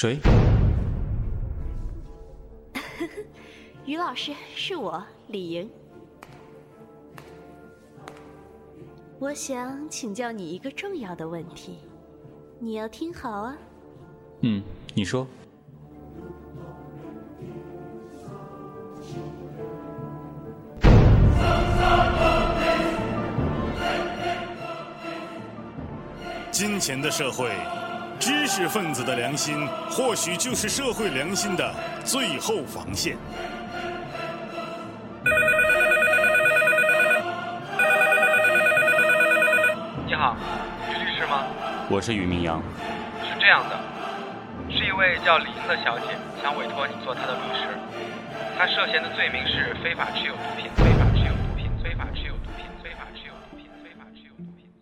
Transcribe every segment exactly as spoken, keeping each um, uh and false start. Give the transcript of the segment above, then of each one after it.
谁？ 于老师，是我李莹。我想请教你一个重要的问题，你要听好啊。 嗯，你说。 金钱的社会，知识分子的良心或许就是社会良心的最后防线。 你好，于律师吗？ 我是于明阳。 是这样的，是一位叫李莹的小姐想委托你做她的律师，她涉嫌的罪名是非法持有毒品、非法持有毒品、非法持有毒品、非法持有毒品、非法持有毒品。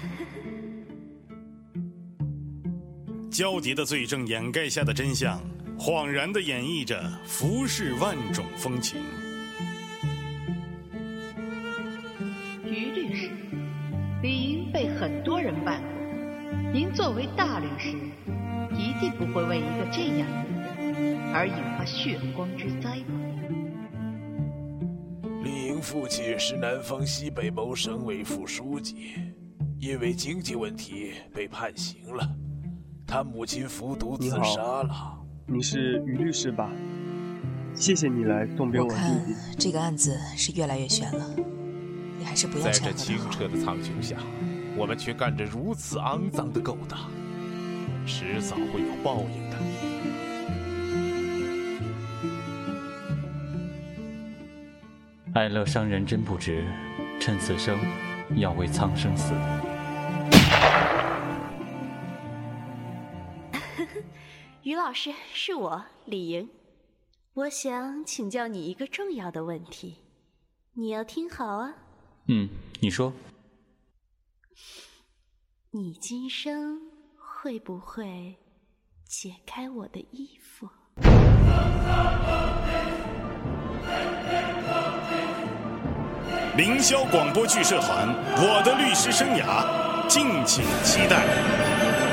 交叠的罪证掩盖下的真相，恍然地演绎着浮世万种风情。 于律师，李莹被很多人办过，您作为大律师，一定不会为一个这样的人而引发血光之灾吧？ 李莹父亲是南方西北谋省委副书记，因为经济问题被判刑了。他母亲服毒自杀了。 你是于律师吧？谢谢你来送别我弟弟。 我看这个案子是越来越悬了，你还是不要掺和在这清澈的苍穹下，我们却干着如此肮脏的勾当，迟早会有报应的。 爱乐伤人真不值，趁此生要为苍生死。 于老师，是我李莹。我想请教你一个重要的问题，你要听好啊。 嗯，你说。 你今生会不会解开我的衣服？ 凌霄广播剧社团，我的律师生涯，敬请期待。